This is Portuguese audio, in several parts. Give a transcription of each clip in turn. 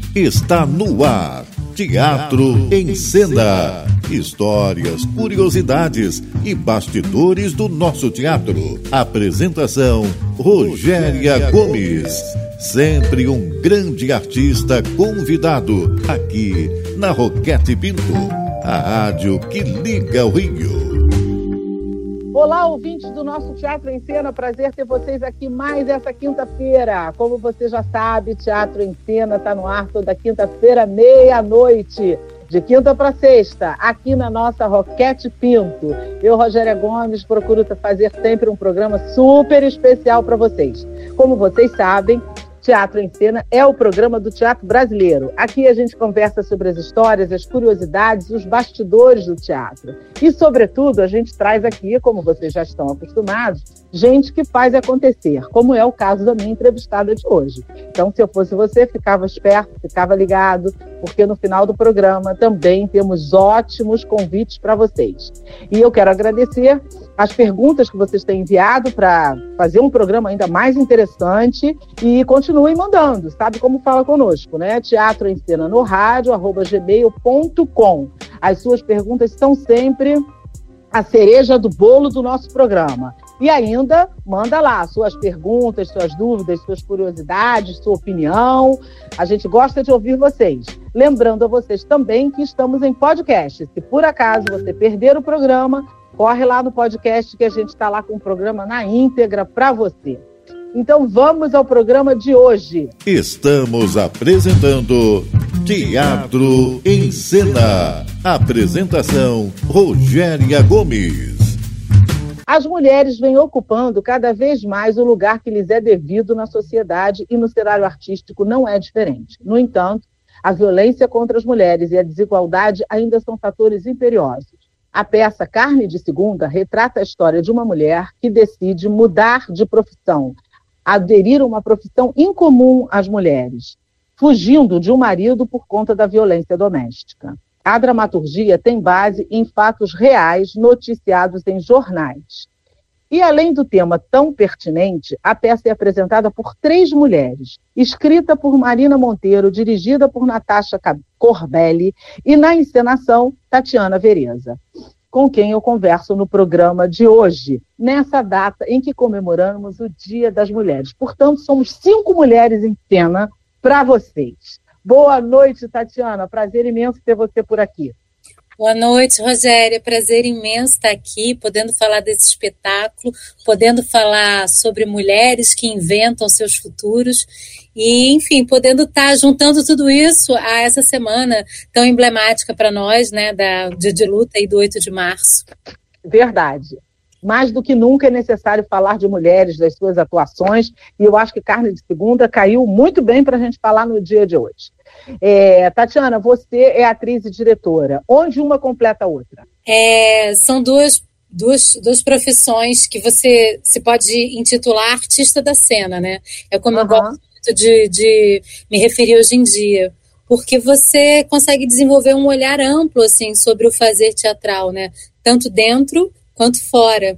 Está no ar. Teatro em Cena. Histórias, curiosidades e bastidores do nosso teatro. Apresentação: Rogéria Gomes. Sempre um grande artista convidado aqui na Roquete Pinto, a rádio que liga o Rio. Olá, ouvintes do nosso Teatro em Cena, prazer ter vocês aqui mais essa quinta-feira. Como você já sabe, Teatro em Cena está no ar toda quinta-feira, meia-noite, de quinta para sexta, aqui na nossa Roquete Pinto. Eu, Rogéria Gomes, procuro fazer sempre um programa super especial para vocês. Como vocês sabem, Teatro em Cena é o programa do teatro brasileiro. Aqui a gente conversa sobre as histórias, as curiosidades e os bastidores do teatro. E, sobretudo, a gente traz aqui, como vocês já estão acostumados, gente que faz acontecer, como é o caso da minha entrevistada de hoje. Então, se eu fosse você, ficava esperto, ficava ligado, porque no final do programa também temos ótimos convites para vocês. E eu quero agradecer as perguntas que vocês têm enviado para fazer um programa ainda mais interessante e continuem mandando, sabe como fala conosco, né? Teatro em Cena no rádio, @gmail.com. As suas perguntas são sempre a cereja do bolo do nosso programa. E ainda, manda lá suas perguntas, suas dúvidas, suas curiosidades, sua opinião. A gente gosta de ouvir vocês. Lembrando a vocês também que estamos em podcast. Se por acaso você perder o programa, corre lá no podcast que a gente está lá com o programa na íntegra para você. Então vamos ao programa de hoje. Estamos apresentando Teatro em Cena. Apresentação: Rogéria Gomes. As mulheres vêm ocupando cada vez mais o lugar que lhes é devido na sociedade e no cenário artístico não é diferente. No entanto, a violência contra as mulheres e a desigualdade ainda são fatores imperiosos. A peça Carne de Segunda retrata a história de uma mulher que decide mudar de profissão, aderir a uma profissão incomum às mulheres, fugindo de um marido por conta da violência doméstica. A dramaturgia tem base em fatos reais noticiados em jornais. E além do tema tão pertinente, a peça é apresentada por 3 mulheres, escrita por Marina Monteiro, dirigida por Natasha Corbelli e na encenação Tatiana Vereza, com quem eu converso no programa de hoje, nessa data em que comemoramos o Dia das Mulheres. Portanto, somos 5 mulheres em cena para vocês. Boa noite, Tatiana. Prazer imenso ter você por aqui. Boa noite, Rogéria. Prazer imenso estar aqui, podendo falar desse espetáculo, podendo falar sobre mulheres que inventam seus futuros e, enfim, podendo estar juntando tudo isso a essa semana tão emblemática para nós, né, de luta aí do 8 de março. Verdade. Mais do que nunca é necessário falar de mulheres, das suas atuações, e eu acho que Carne de Segunda caiu muito bem para a gente falar no dia de hoje. Tatiana, você é atriz e diretora. Onde uma completa a outra? São duas profissões que você se pode intitular artista da cena, né? É como eu gosto muito de me referir hoje em dia. Porque você consegue desenvolver um olhar amplo assim, sobre o fazer teatral, né? Tanto dentro quanto fora.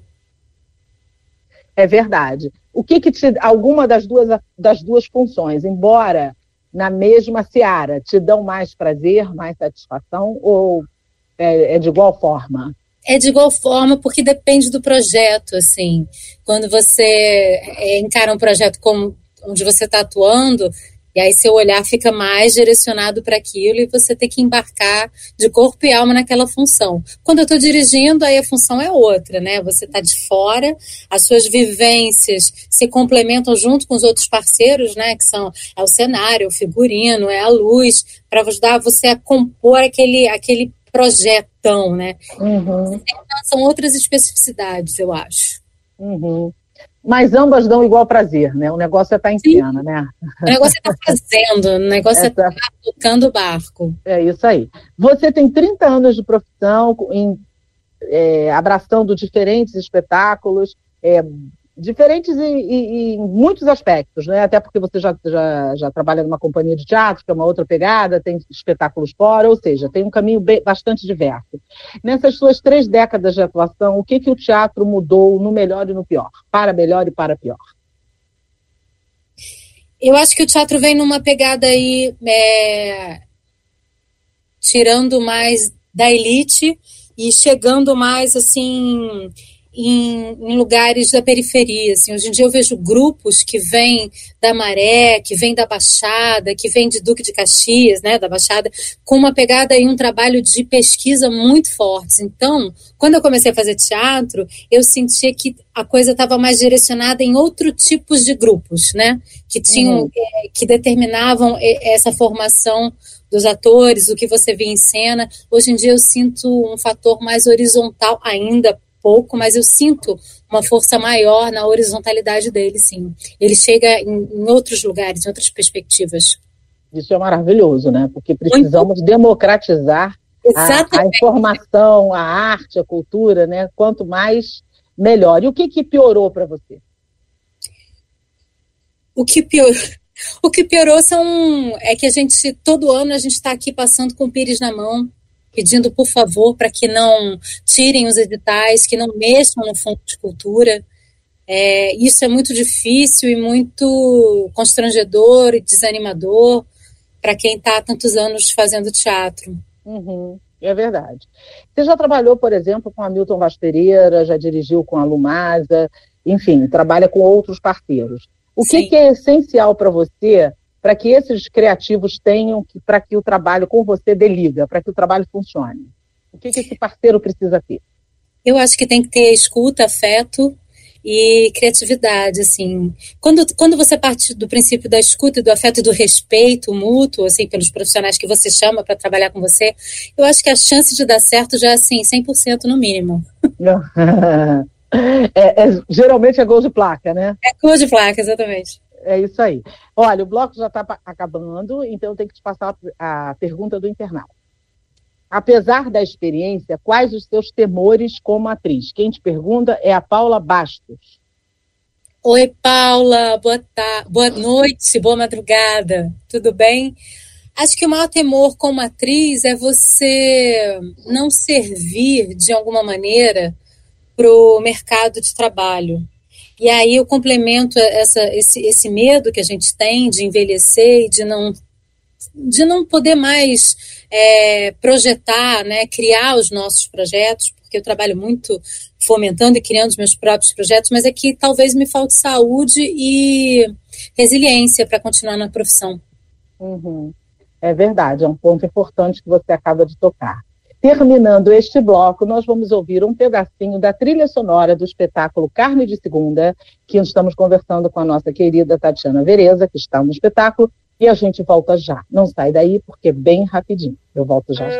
É verdade. O que alguma das duas funções, embora na mesma seara, te dão mais prazer, mais satisfação, ou é de igual forma? É de igual forma, porque depende do projeto, assim. Quando você encara um projeto onde você está atuando, e aí seu olhar fica mais direcionado para aquilo e você tem que embarcar de corpo e alma naquela função. Quando eu estou dirigindo, aí a função é outra, né? Você está de fora, as suas vivências se complementam junto com os outros parceiros, né? Que são o cenário, o figurino, a luz, para ajudar você a compor aquele projetão, né? Uhum. São outras especificidades, eu acho. Uhum. Mas ambas dão igual prazer, né? O negócio é estar em cena, né? O negócio é estar fazendo, o negócio é estar tocando o barco. É isso aí. Você tem 30 anos de profissão, abraçando diferentes espetáculos, diferentes em muitos aspectos, né? Até porque você já trabalha numa companhia de teatro, que é uma outra pegada, tem espetáculos fora, ou seja, tem um caminho bastante diverso. Nessas suas 3 décadas de atuação, o que o teatro mudou no melhor e no pior? Para melhor e para pior? Eu acho que o teatro vem numa pegada aí, tirando mais da elite e chegando mais, assim, em lugares da periferia. Assim. Hoje em dia eu vejo grupos que vêm da Maré, que vêm da Baixada, que vêm de Duque de Caxias, né, da Baixada, com uma pegada e um trabalho de pesquisa muito fortes. Então, quando eu comecei a fazer teatro, eu sentia que a coisa estava mais direcionada em outros tipos de grupos, né, que tinham, que determinavam essa formação dos atores, o que você vê em cena. Hoje em dia eu sinto um fator mais horizontal ainda, pouco, mas eu sinto uma força maior na horizontalidade dele, sim. Ele chega em outros lugares, em outras perspectivas. Isso é maravilhoso, né? Porque precisamos democratizar a informação, a arte, a cultura, né? Quanto mais, melhor. E o que piorou para você? O que piorou é que todo ano a gente está aqui passando com o pires na mão, pedindo, por favor, para que não tirem os editais, que não mexam no Fundo de Cultura. Isso é muito difícil e muito constrangedor e desanimador para quem está há tantos anos fazendo teatro. É verdade. Você já trabalhou, por exemplo, com Hamilton Vaz Pereira, já dirigiu com a Lumasa, enfim, trabalha com outros parceiros. O que é essencial para você, para que esses criativos tenham, para que o trabalho com você dê liga, para que o trabalho funcione? O que esse parceiro precisa ter? Eu acho que tem que ter escuta, afeto e criatividade, assim. Quando você parte do princípio da escuta e do afeto e do respeito mútuo, assim, pelos profissionais que você chama para trabalhar com você, eu acho que a chance de dar certo já é, assim, 100% no mínimo. Geralmente é gol de placa, né? É gol de placa, exatamente. É isso aí. Olha, o bloco já está acabando, então eu tenho que te passar a pergunta do internauta. Apesar da experiência, quais os seus temores como atriz? Quem te pergunta é a Paula Bastos. Oi, Paula, boa noite, boa madrugada, tudo bem? Acho que o maior temor como atriz é você não servir, de alguma maneira, para o mercado de trabalho. E aí eu complemento esse medo que a gente tem de envelhecer e de não poder mais projetar, né, criar os nossos projetos, porque eu trabalho muito fomentando e criando os meus próprios projetos, mas é que talvez me falte saúde e resiliência para continuar na profissão. É verdade, é um ponto importante que você acaba de tocar. Terminando este bloco, nós vamos ouvir um pedacinho da trilha sonora do espetáculo Carne de Segunda, que estamos conversando com a nossa querida Tatiana Vereza, que está no espetáculo, e a gente volta já. Não sai daí, porque é bem rapidinho. Eu volto já.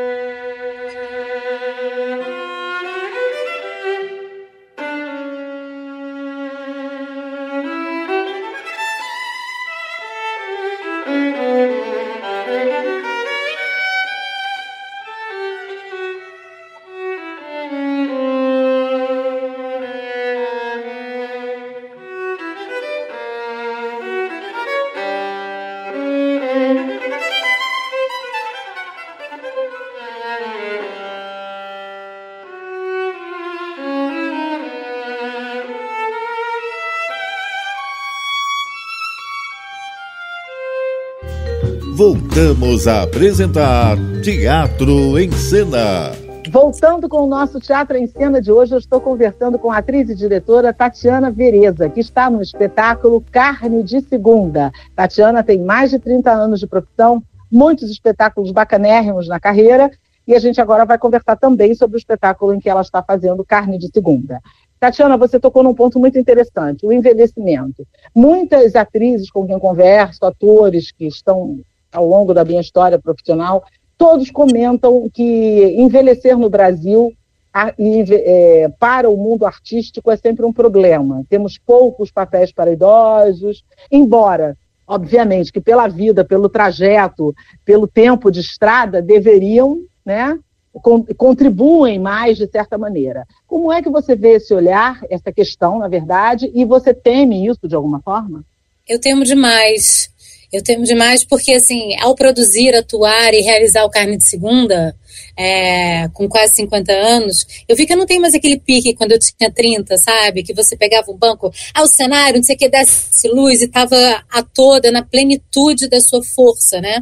Voltamos a apresentar Teatro em Cena. Voltando com o nosso Teatro em Cena de hoje, eu estou conversando com a atriz e diretora Tatiana Vereza, que está no espetáculo Carne de Segunda. Tatiana tem mais de 30 anos de profissão, muitos espetáculos bacanérrimos na carreira, e a gente agora vai conversar também sobre o espetáculo em que ela está fazendo, Carne de Segunda. Tatiana, você tocou num ponto muito interessante, o envelhecimento. Muitas atrizes com quem eu converso, atores que estão ao longo da minha história profissional, todos comentam que envelhecer no Brasil para o mundo artístico é sempre um problema. Temos poucos papéis para idosos, embora, obviamente, que pela vida, pelo trajeto, pelo tempo de estrada, deveriam, né, contribuem mais de certa maneira. Como é que você vê esse olhar, essa questão, na verdade, e você teme isso de alguma forma? Eu temo demais. Eu temo demais porque, assim, ao produzir, atuar e realizar o Carne de Segunda, com quase 50 anos, eu vi que eu não tenho mais aquele pique quando eu tinha 30, sabe? Que você pegava um banco, o cenário, não sei o que, desce luz e tava a toda na plenitude da sua força, né?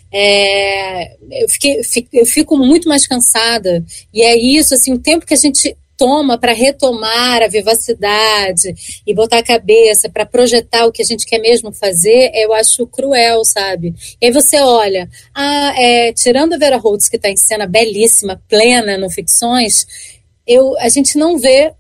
Eu fico muito mais cansada, e é isso, assim, o tempo que a gente toma para retomar a vivacidade e botar a cabeça para projetar o que a gente quer mesmo fazer, eu acho cruel, sabe? E aí você olha, tirando a Vera Holtz, que está em cena belíssima, plena no Ficções, a gente não vê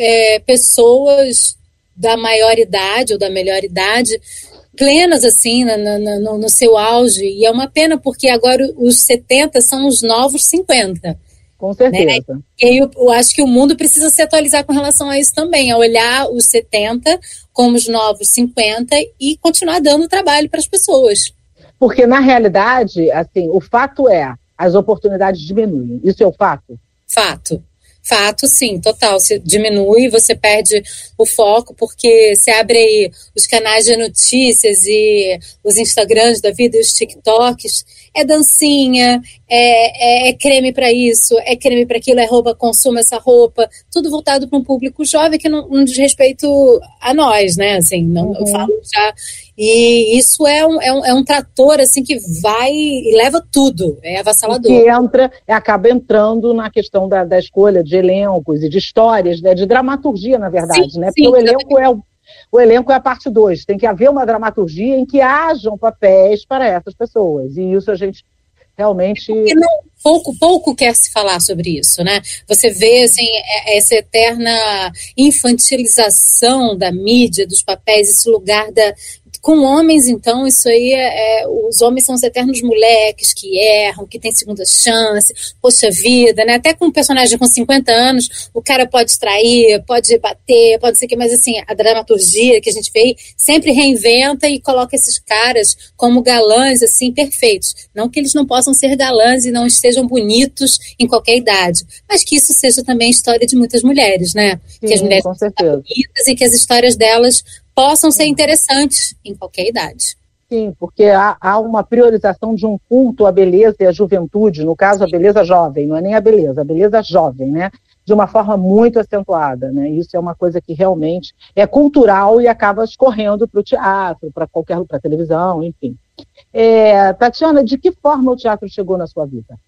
pessoas da maior idade ou da melhor idade plenas, assim, no seu auge, e é uma pena, porque agora os 70 são os novos 50. Com certeza. Né? E eu acho que o mundo precisa se atualizar com relação a isso também, a olhar os 70 como os novos 50 e continuar dando trabalho para as pessoas. Porque, na realidade, assim, o fato as oportunidades diminuem. Isso é o fato? Fato, sim, total. Se diminui, você perde o foco, porque você abre aí os canais de notícias e os Instagrams da vida e os TikToks, é dancinha, é creme para isso, é creme para aquilo, é roupa, consuma essa roupa, tudo voltado para um público jovem que não diz respeito a nós, né? Assim, não, eu falo já. E isso é um trator, assim, que vai e leva tudo, é avassalador. Que acaba entrando na questão da escolha de elencos e de histórias, né, de dramaturgia, na verdade, sim, né? Sim, porque o elenco é a parte 2, tem que haver uma dramaturgia em que hajam papéis para essas pessoas, e isso a gente realmente... Pouco quer se falar sobre isso, né? Você vê, assim, essa eterna infantilização da mídia, dos papéis, esse lugar com homens, então, isso aí os homens são os eternos moleques que erram, que têm segunda chance, poxa vida, né? Até com um personagem com 50 anos, o cara pode trair, pode bater, pode ser que, mas assim, a dramaturgia que a gente vê aí sempre reinventa e coloca esses caras como galãs, assim, perfeitos. Não que eles não possam ser galãs e não estejam bonitos em qualquer idade, mas que isso seja também a história de muitas mulheres, né? Sim, que as mulheres com são certeza. bonitas e que as histórias delas possam ser interessantes em qualquer idade. Sim, porque há uma priorização de um culto à beleza e à juventude, no caso a beleza jovem, não é nem a beleza jovem, né? De uma forma muito acentuada, né? Isso é uma coisa que realmente é cultural e acaba escorrendo para o teatro, para televisão, enfim. Tatiana, de que forma o teatro chegou na sua vida?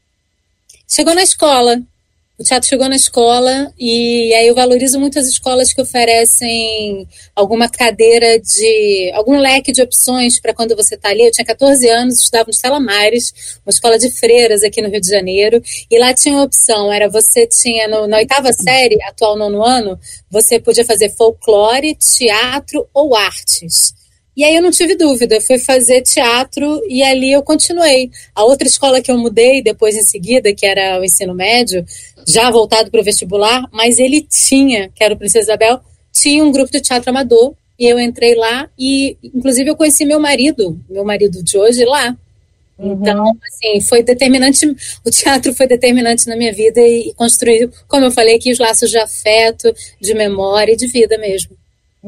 Chegou na escola. O teatro chegou na escola e aí eu valorizo muito as escolas que oferecem alguma cadeira algum leque de opções para quando você está ali. Eu tinha 14 anos, estudava no Stella Maris, uma escola de freiras aqui no Rio de Janeiro, e lá tinha uma opção, você tinha na 8ª série, atual 9º ano, você podia fazer folclore, teatro ou artes. E aí eu não tive dúvida, fui fazer teatro e ali eu continuei. A outra escola que eu mudei depois em seguida, que era o ensino médio, já voltado para o vestibular, mas ele tinha, que era o Princesa Isabel, tinha um grupo de teatro amador e eu entrei lá e, inclusive, eu conheci meu marido de hoje lá. Então, assim, foi determinante, o teatro foi determinante na minha vida e construiu, como eu falei aqui, os laços de afeto, de memória e de vida mesmo.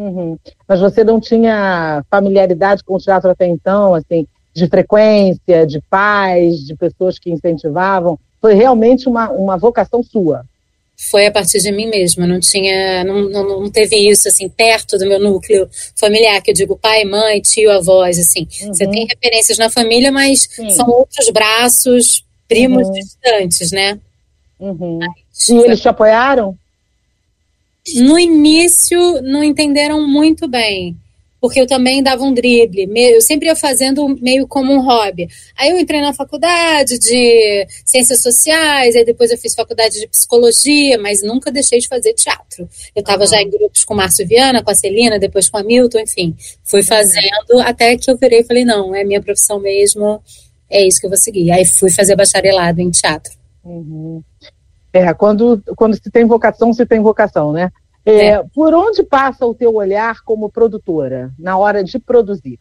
Mas você não tinha familiaridade com o teatro até então, assim, de frequência, de pais, de pessoas que incentivavam? Foi realmente uma vocação sua? Foi a partir de mim mesma, não teve isso, assim, perto do meu núcleo familiar, que eu digo pai, mãe, tio, avós, assim. Você tem referências na família, mas são outros braços, primos distantes, né? E eles te apoiaram? No início, não entenderam muito bem, porque eu também dava um drible, eu sempre ia fazendo meio como um hobby. Aí eu entrei na faculdade de Ciências Sociais, aí depois eu fiz faculdade de Psicologia, mas nunca deixei de fazer teatro. Eu estava já em grupos com o Márcio Viana, com a Celina, depois com a Milton, enfim. Fui fazendo até que eu virei e falei, não, é minha profissão mesmo, é isso que eu vou seguir. Aí fui fazer bacharelado em teatro. Quando se tem vocação, né? Por onde passa o teu olhar como produtora, na hora de produzir?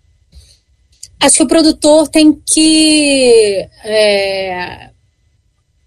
Acho que o produtor tem que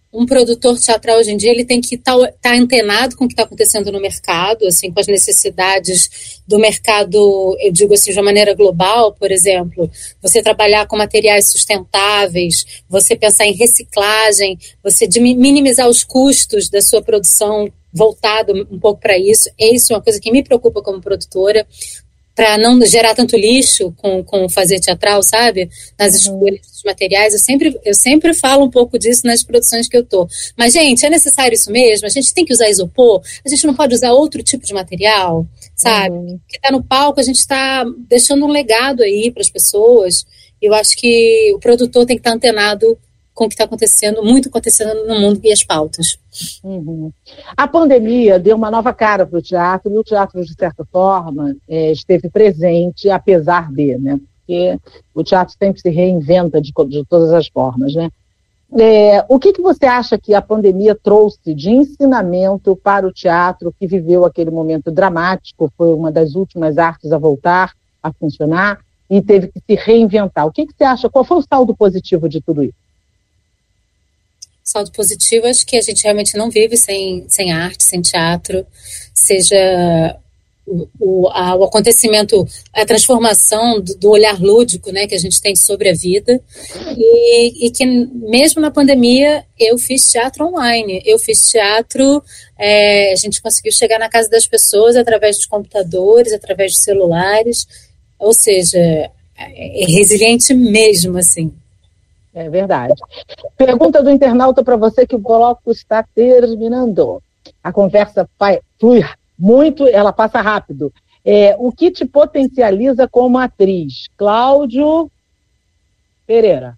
um produtor teatral hoje em dia ele tem que estar antenado com o que está acontecendo no mercado, assim, com as necessidades do mercado, eu digo assim, de uma maneira global, por exemplo, você trabalhar com materiais sustentáveis, você pensar em reciclagem, você minimizar os custos da sua produção voltado um pouco para isso. Isso é uma coisa que me preocupa como produtora, para não gerar tanto lixo com fazer teatral, sabe? Nas escolhas dos materiais. Eu sempre falo um pouco disso nas produções que eu tô. Mas, gente, é necessário isso mesmo? A gente tem que usar isopor? A gente não pode usar outro tipo de material, sabe? Porque tá no palco, a gente está deixando um legado aí para as pessoas. Eu acho que o produtor tem que estar antenado com o que está acontecendo, muito acontecendo no mundo e as pautas. A pandemia deu uma nova cara para o teatro, e o teatro, de certa forma, esteve presente, apesar de, né? Porque o teatro sempre se reinventa de todas as formas, né? O que você acha que a pandemia trouxe de ensinamento para o teatro que viveu aquele momento dramático, foi uma das últimas artes a voltar a funcionar e teve que se reinventar? O que você acha? Qual foi o saldo positivo de tudo isso? Saldo positivo, acho que a gente realmente não vive sem arte, sem teatro, seja o acontecimento, a transformação do olhar lúdico, né, que a gente tem sobre a vida, e que mesmo na pandemia eu fiz teatro online, eu fiz teatro, a gente conseguiu chegar na casa das pessoas através dos computadores, através dos celulares, ou seja, é resiliente mesmo, assim. É verdade. Pergunta do internauta para você, que o bloco está terminando. A conversa flui muito, ela passa rápido. O que te potencializa como atriz? Cláudio Pereira.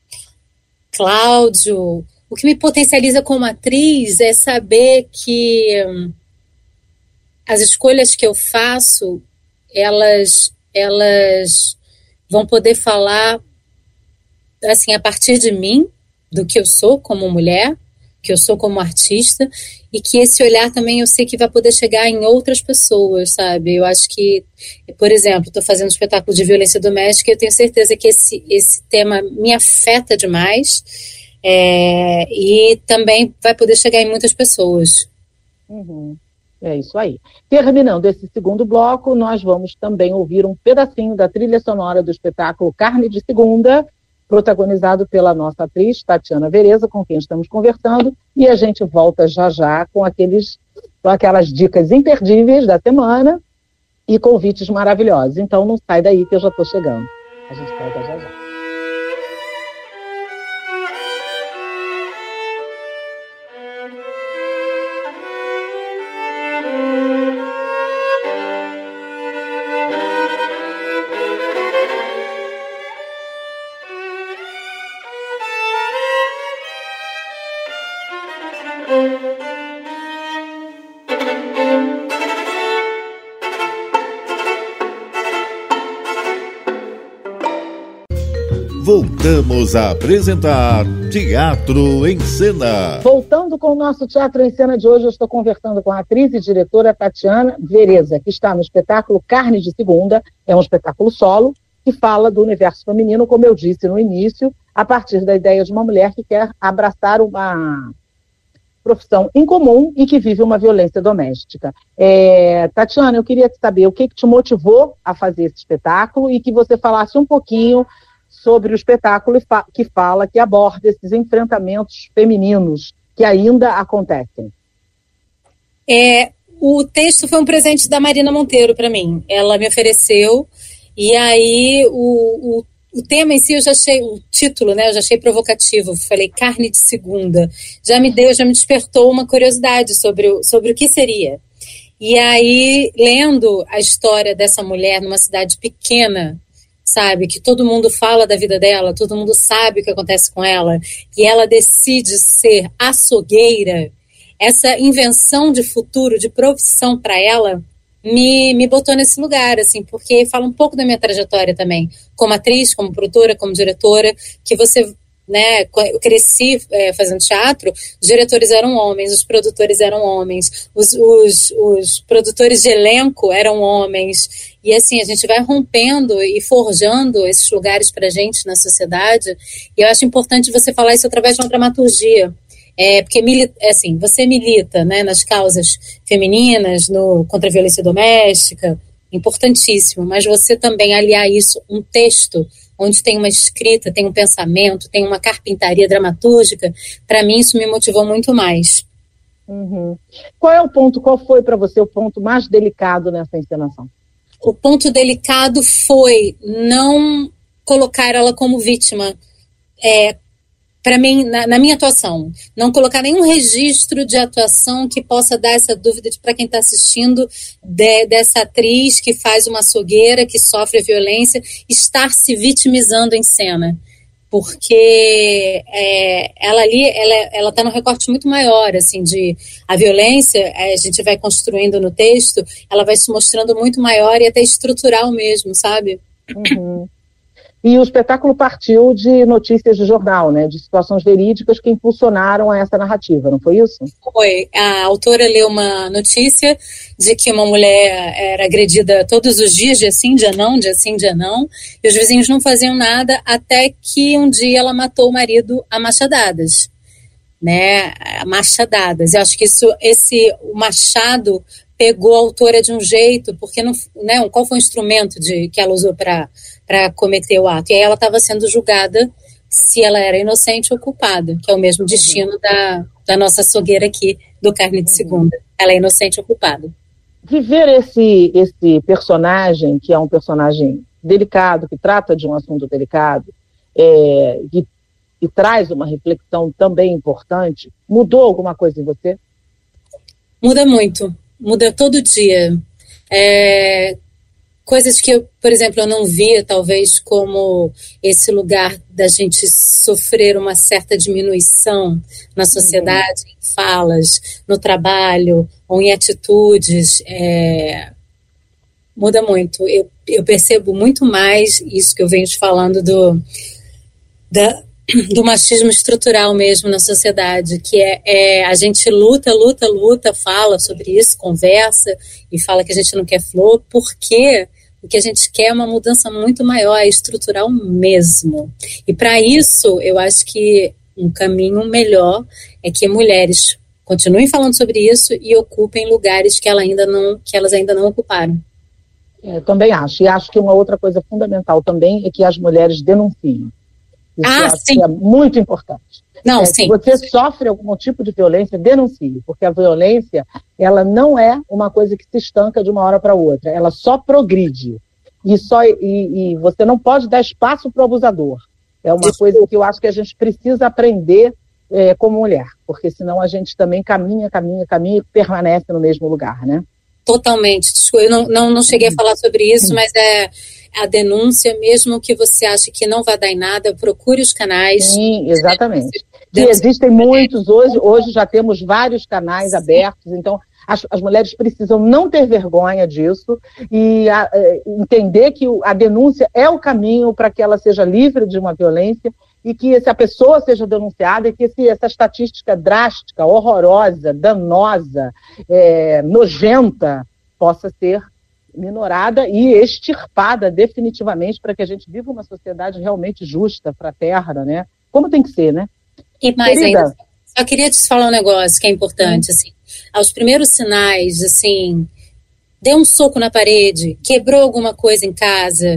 Cláudio, o que me potencializa como atriz é saber que as escolhas que eu faço, elas vão poder falar assim, a partir de mim, do que eu sou como mulher, que eu sou como artista, e que esse olhar também eu sei que vai poder chegar em outras pessoas, sabe? Eu acho que, por exemplo, estou fazendo um espetáculo de violência doméstica e eu tenho certeza que esse tema me afeta demais, e também vai poder chegar em muitas pessoas. É isso aí. Terminando esse segundo bloco, nós vamos também ouvir um pedacinho da trilha sonora do espetáculo Carne de Segunda, protagonizado pela nossa atriz, Tatiana Vereza, com quem estamos conversando, e a gente volta já com aquelas dicas imperdíveis da semana e convites maravilhosos. Então não sai daí que eu já estou chegando. A gente volta já. Voltamos a apresentar Teatro em Cena. Voltando com o nosso Teatro em Cena de hoje, eu estou conversando com a atriz e diretora Tatiana Vereza, que está no espetáculo Carne de Segunda. É um espetáculo solo que fala do universo feminino, como eu disse no início, a partir da ideia de uma mulher que quer abraçar uma profissão incomum e que vive uma violência doméstica. Tatiana, eu queria saber o que te motivou a fazer esse espetáculo e que você falasse um pouquinho sobre o espetáculo que aborda esses enfrentamentos femininos que ainda acontecem. O texto foi um presente da Marina Monteiro para mim. Ela me ofereceu, e aí o tema em si, o título, né, eu já achei provocativo. Falei, Carne de Segunda. Já me despertou uma curiosidade sobre o que seria. E aí, lendo a história dessa mulher numa cidade pequena, sabe, que todo mundo fala da vida dela, todo mundo sabe o que acontece com ela, e ela decide ser açougueira, essa invenção de futuro, de profissão para ela, me botou nesse lugar, assim, porque fala um pouco da minha trajetória também, como atriz, como produtora, como diretora, que você, né, eu cresci fazendo teatro, os diretores eram homens, os produtores eram homens, os produtores de elenco eram homens, e assim, a gente vai rompendo e forjando esses lugares pra gente na sociedade, e eu acho importante você falar isso através de uma dramaturgia. Porque assim, você milita, né, nas causas femininas, contra a violência doméstica, importantíssimo, mas você também aliar isso um texto onde tem uma escrita, tem um pensamento, tem uma carpintaria dramatúrgica, para mim isso me motivou muito mais. Uhum. Qual foi para você o ponto mais delicado nessa encenação? O ponto delicado foi não colocar ela como vítima. Para mim, na minha atuação, não colocar nenhum registro de atuação que possa dar essa dúvida para quem está assistindo dessa atriz que faz uma açougueira, que sofre violência, estar se vitimizando em cena. Porque ela ali, ela está num recorte muito maior, assim, a violência, a gente vai construindo no texto, ela vai se mostrando muito maior e até estrutural mesmo, sabe? Uhum. E o espetáculo partiu de notícias de jornal, né, de situações verídicas que impulsionaram essa narrativa, não foi isso? Foi. A autora leu uma notícia de que uma mulher era agredida todos os dias, dia sim, dia não, dia sim, dia não, e os vizinhos não faziam nada até que um dia ela matou o marido a machadadas, né, a machadadas. Eu acho que o machado pegou a autora de um jeito, porque não, né, qual foi o instrumento que ela usou para cometer o ato? E aí ela estava sendo julgada se ela era inocente ou culpada, que é o mesmo destino da nossa açougueira aqui, do Carne de Segunda. Ela é inocente ou culpada. Viver esse personagem, que é um personagem delicado, que trata de um assunto delicado, e traz uma reflexão também importante, mudou alguma coisa em você? Muda muito. Muda todo dia. Coisas que, por exemplo, eu não via, talvez, como esse lugar da gente sofrer uma certa diminuição na sociedade, em falas, no trabalho, ou em atitudes. Muda muito. Eu percebo muito mais isso que eu venho te falando do machismo estrutural mesmo na sociedade, que a gente luta, fala sobre isso, conversa e fala que a gente não quer flor, porque o que a gente quer é uma mudança muito maior, é estrutural mesmo. E para isso, eu acho que um caminho melhor é que mulheres continuem falando sobre isso e ocupem lugares que elas ainda não ocuparam. Eu também acho. E acho que uma outra coisa fundamental também é que as mulheres denunciem. Isso sim. É muito importante. Não, Se sim. você sofre algum tipo de violência, denuncie, porque a violência, ela não é uma coisa que se estanca de uma hora para outra, ela só progride. E você não pode dar espaço para o abusador. É uma coisa que eu acho que a gente precisa aprender como mulher, porque senão a gente também caminha e permanece no mesmo lugar, né? Totalmente. Desculpa, eu não cheguei a falar sobre isso, mas a denúncia, mesmo que você ache que não vai dar em nada, procure os canais. Sim, exatamente. Que existem muitos, hoje já temos vários canais abertos, então as mulheres precisam não ter vergonha disso e entender que a denúncia é o caminho para que ela seja livre de uma violência e que se a pessoa seja denunciada, e que essa estatística drástica, horrorosa, danosa, nojenta, possa ser minorada e extirpada definitivamente para que a gente viva uma sociedade realmente justa, fraterna, né? Como tem que ser, né? E mais ainda, só queria te falar um negócio que é importante, assim, aos primeiros sinais, assim, deu um soco na parede, quebrou alguma coisa em casa,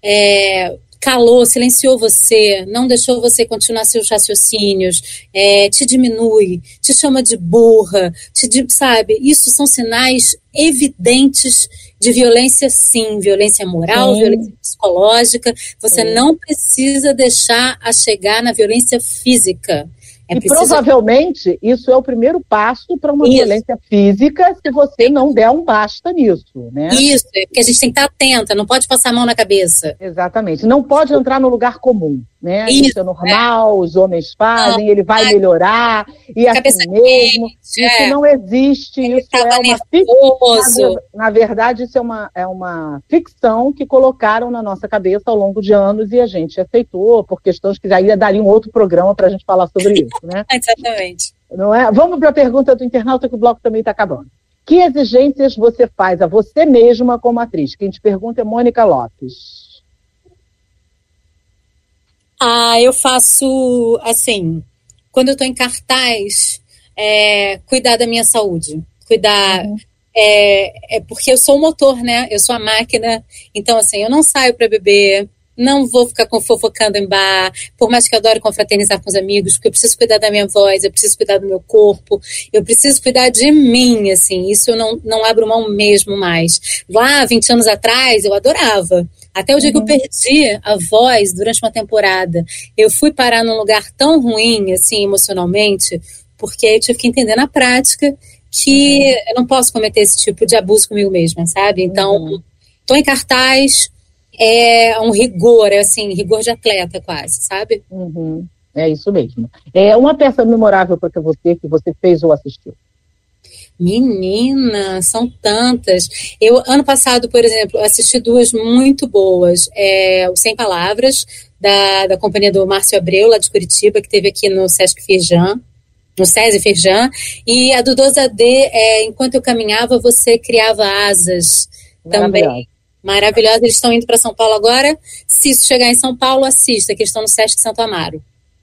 calou, silenciou você, não deixou você continuar seus raciocínios, te diminui, te chama de burra, sabe? Isso são sinais evidentes de violência, sim, violência moral, violência psicológica. Você não precisa deixar a chegar na violência física. Provavelmente isso é o primeiro passo para uma violência física, se você não der um basta nisso, né? Isso, porque a gente tem que estar atenta, não pode passar a mão na cabeça. Exatamente, não pode entrar no lugar comum, né? Isso é normal, os homens fazem, ele vai melhorar, e assim mesmo, isso não existe, isso é uma ficção. Na verdade, isso é uma ficção que colocaram na nossa cabeça ao longo de anos e a gente aceitou por questões que já daria um outro programa para a gente falar sobre isso, né? Exatamente. Não é? Vamos para a pergunta do internauta, que o bloco também está acabando. Que exigências você faz a você mesma como atriz? Quem te pergunta é Mônica Lopes. Eu faço, assim, quando eu estou em cartaz, cuidar da minha saúde. Cuidar... porque eu sou o motor, né? Eu sou a máquina. Então, assim, eu não saio para beber, não vou ficar fofocando em bar, por mais que eu adore confraternizar com os amigos, porque eu preciso cuidar da minha voz, eu preciso cuidar do meu corpo, eu preciso cuidar de mim, assim. Isso eu não abro mão mesmo mais. Lá, 20 anos atrás, eu adorava. Até o dia que eu perdi a voz durante uma temporada, eu fui parar num lugar tão ruim, assim, emocionalmente, porque eu tive que entender na prática que eu não posso cometer esse tipo de abuso comigo mesma, sabe? Então, tô em cartaz, é um rigor, assim, rigor de atleta quase, sabe? É isso mesmo. É uma peça memorável para você que você fez ou assistiu? Menina, são tantas. Eu, ano passado, por exemplo, assisti 2 muito boas. O Sem Palavras, da companhia do Márcio Abreu, lá de Curitiba, que teve aqui no Sesc Firjan, no SESI Firjan, e a do Dozadê, Enquanto Eu Caminhava, Você Criava Asas, também. Maravilhosa. Eles estão indo para São Paulo agora. Se isso chegar em São Paulo, assista, que eles estão no Sesc Santo Amaro.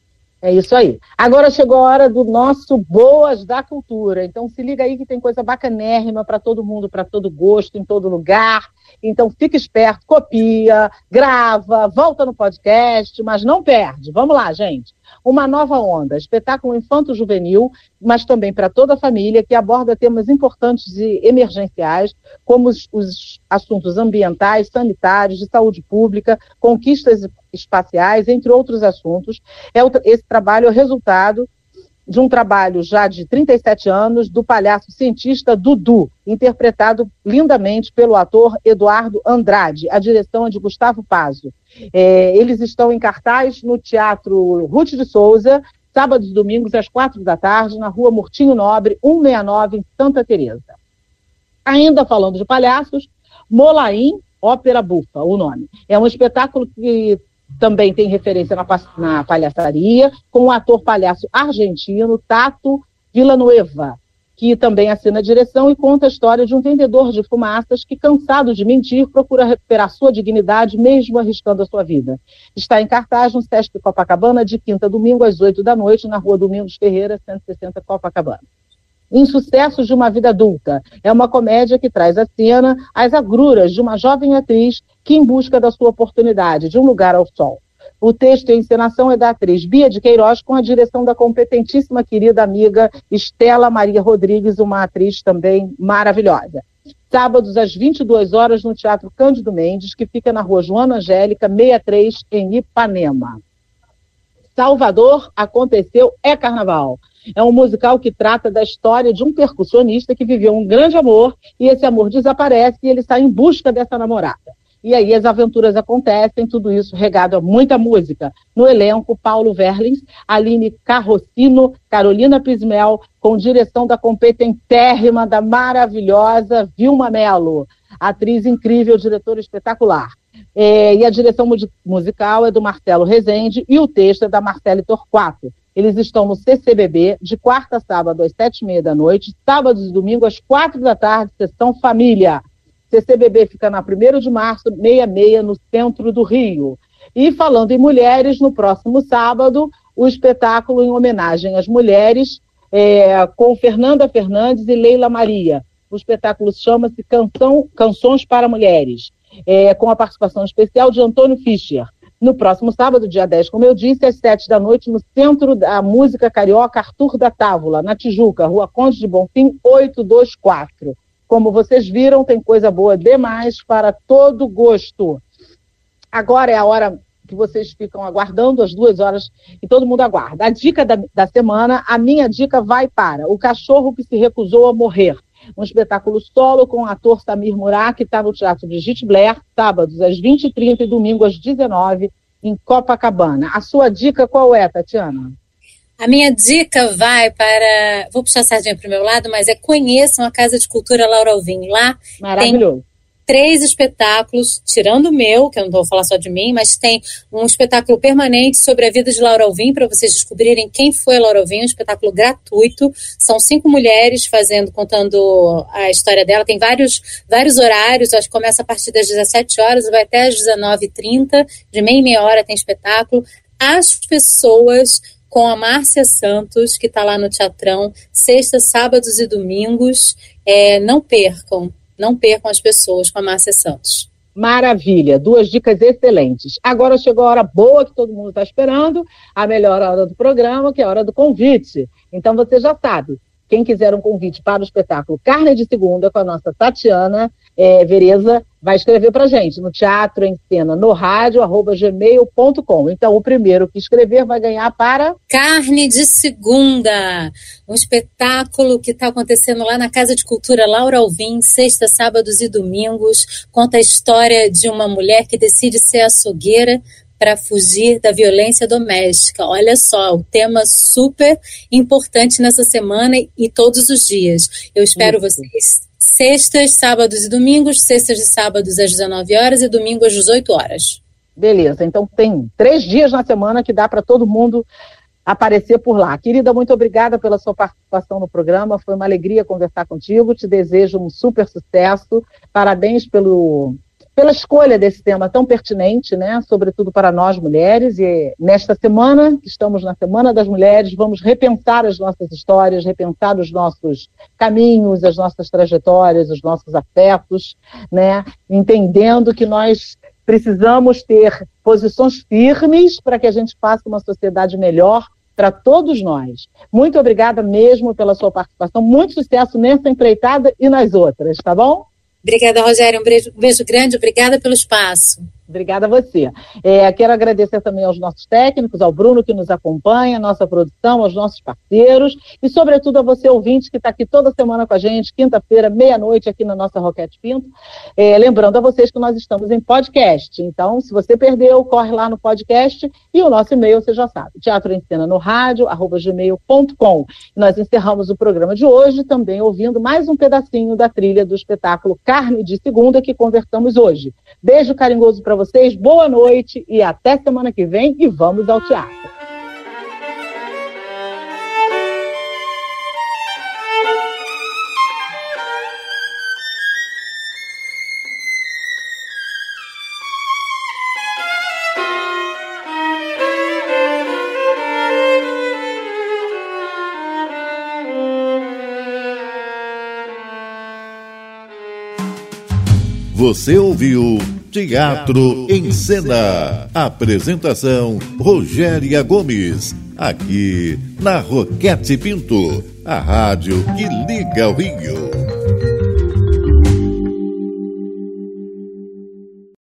É isso aí. Agora chegou a hora do nosso Boas da Cultura. Então se liga aí que tem coisa bacanérrima para todo mundo, para todo gosto, em todo lugar. Então fica esperto, copia, grava, volta no podcast, mas não perde. Vamos lá, gente. Uma Nova Onda, espetáculo infanto-juvenil, mas também para toda a família, que aborda temas importantes e emergenciais, como os assuntos ambientais, sanitários, de saúde pública, conquistas espaciais, entre outros assuntos. Esse trabalho é o resultado de um trabalho já de 37 anos do palhaço cientista Dudu, interpretado lindamente pelo ator Eduardo Andrade. A direção é de Gustavo Pazzo. Eles estão em cartaz no Teatro Ruth de Souza, sábados e domingos às 16h, na Rua Murtinho Nobre, 169, em Santa Teresa. Ainda falando de palhaços, Molaim, Ópera Bufa, o nome. É um espetáculo que também tem referência na palhaçaria, com o ator palhaço argentino Tato Villanueva, que também assina a direção e conta a história de um vendedor de fumaças que, cansado de mentir, procura recuperar sua dignidade, mesmo arriscando a sua vida. Está em cartaz no Sesc Copacabana, de quinta a domingo, às 20h, na Rua Domingos Ferreira, 160, Copacabana. Insucessos de uma Vida Adulta. É uma comédia que traz à cena as agruras de uma jovem atriz que, em busca da sua oportunidade, de um lugar ao sol. O texto e a encenação é da atriz Bia de Queiroz, com a direção da competentíssima querida amiga Estela Maria Rodrigues, uma atriz também maravilhosa. Sábados às 22h no Teatro Cândido Mendes, que fica na Rua Joana Angélica, 63, em Ipanema. Salvador, Aconteceu, é Carnaval. É um musical que trata da história de um percussionista que viveu um grande amor e esse amor desaparece e ele sai em busca dessa namorada. E aí as aventuras acontecem, tudo isso regado a muita música. No elenco, Paulo Verlins, Aline Carrocino, Carolina Pismel, com direção da competentérrima, da maravilhosa Vilma Mello. Atriz incrível, diretora espetacular. E a direção musical é do Marcelo Rezende e o texto é da Marcele Torquato. Eles estão no CCBB, de quarta a sábado, às 19h30, sábados e domingos, às 16h, sessão família. CCBB fica na 1º de março, 66, no centro do Rio. E falando em mulheres, no próximo sábado, o espetáculo em homenagem às mulheres, com Fernanda Fernandes e Leila Maria. O espetáculo chama-se Canções para Mulheres, com a participação especial de Antônio Fischer. No próximo sábado, dia 10, como eu disse, às 19h, no Centro da Música Carioca Arthur da Távola, na Tijuca, Rua Conde de Bonfim, 824. Como vocês viram, tem coisa boa demais para todo gosto. Agora é a hora que vocês ficam aguardando, às 2h, e todo mundo aguarda. A dica da semana, a minha dica vai para O Cachorro que se Recusou a Morrer. Um espetáculo solo com o ator Samir Murat, que está no Teatro Brigitte Blair, sábados às 20h30 e domingo às 19h, em Copacabana. A sua dica qual é, Tatiana? A minha dica vai para... Vou puxar a sardinha para o meu lado, mas conheçam a Casa de Cultura Laura Alvim. Lá maravilhoso. Tem 3 espetáculos, tirando o meu, que eu não vou falar só de mim, mas tem um espetáculo permanente sobre a vida de Laura Alvim, para vocês descobrirem quem foi a Laura Alvim, um espetáculo gratuito. São 5 mulheres contando a história dela. Tem vários horários, acho que começa a partir das 17h e vai até às 19h30, de meia hora tem espetáculo. As pessoas com a Márcia Santos, que está lá no Teatrão, sexta, sábados e domingos. Não percam as pessoas com a Márcia Santos. Maravilha, 2 dicas excelentes. Agora chegou a hora boa que todo mundo está esperando, a melhor hora do programa, que é a hora do convite. Então você já sabe, quem quiser um convite para o espetáculo Carne de Segunda com a nossa Tatiana Vereza, vai escrever para a gente no Teatro em Cena, no rádio, @gmail.com. Então o primeiro que escrever vai ganhar para... Carne de Segunda, um espetáculo que está acontecendo lá na Casa de Cultura Laura Alvim, sexta, sábados e domingos. Conta a história de uma mulher que decide ser açougueira para fugir da violência doméstica. Olha só, o tema super importante nessa semana e todos os dias. Eu espero vocês sextas, sábados e domingos, sextas e sábados às 19 horas e domingo às 18 horas. Beleza, então tem 3 dias na semana que dá para todo mundo aparecer por lá. Querida, muito obrigada pela sua participação no programa, foi uma alegria conversar contigo, te desejo um super sucesso, parabéns pela escolha desse tema tão pertinente, né? Sobretudo para nós mulheres, e nesta semana, que estamos na Semana das Mulheres, vamos repensar as nossas histórias, repensar os nossos caminhos, as nossas trajetórias, os nossos afetos, né? Entendendo que nós precisamos ter posições firmes para que a gente faça uma sociedade melhor para todos nós. Muito obrigada mesmo pela sua participação, muito sucesso nessa empreitada e nas outras, tá bom? Obrigada, Rogério. Um beijo grande. Obrigada pelo espaço. Obrigada a você. Quero agradecer também aos nossos técnicos, ao Bruno que nos acompanha, à nossa produção, aos nossos parceiros e, sobretudo, a você, ouvinte, que está aqui toda semana com a gente, quinta-feira, meia-noite, aqui na nossa Roquete Pinto. Lembrando a vocês que nós estamos em podcast. Então, se você perdeu, corre lá no podcast e o nosso e-mail, você já sabe, Teatro em Cena no rádio, @gmail.com. Nós encerramos o programa de hoje também ouvindo mais um pedacinho da trilha do espetáculo Carne de Segunda que conversamos hoje. Beijo carinhoso para vocês, boa noite e até semana que vem e vamos ao teatro. Você ouviu Teatro em Cena. Apresentação Rogéria Gomes. Aqui na Roquete Pinto, a rádio que liga o Rio.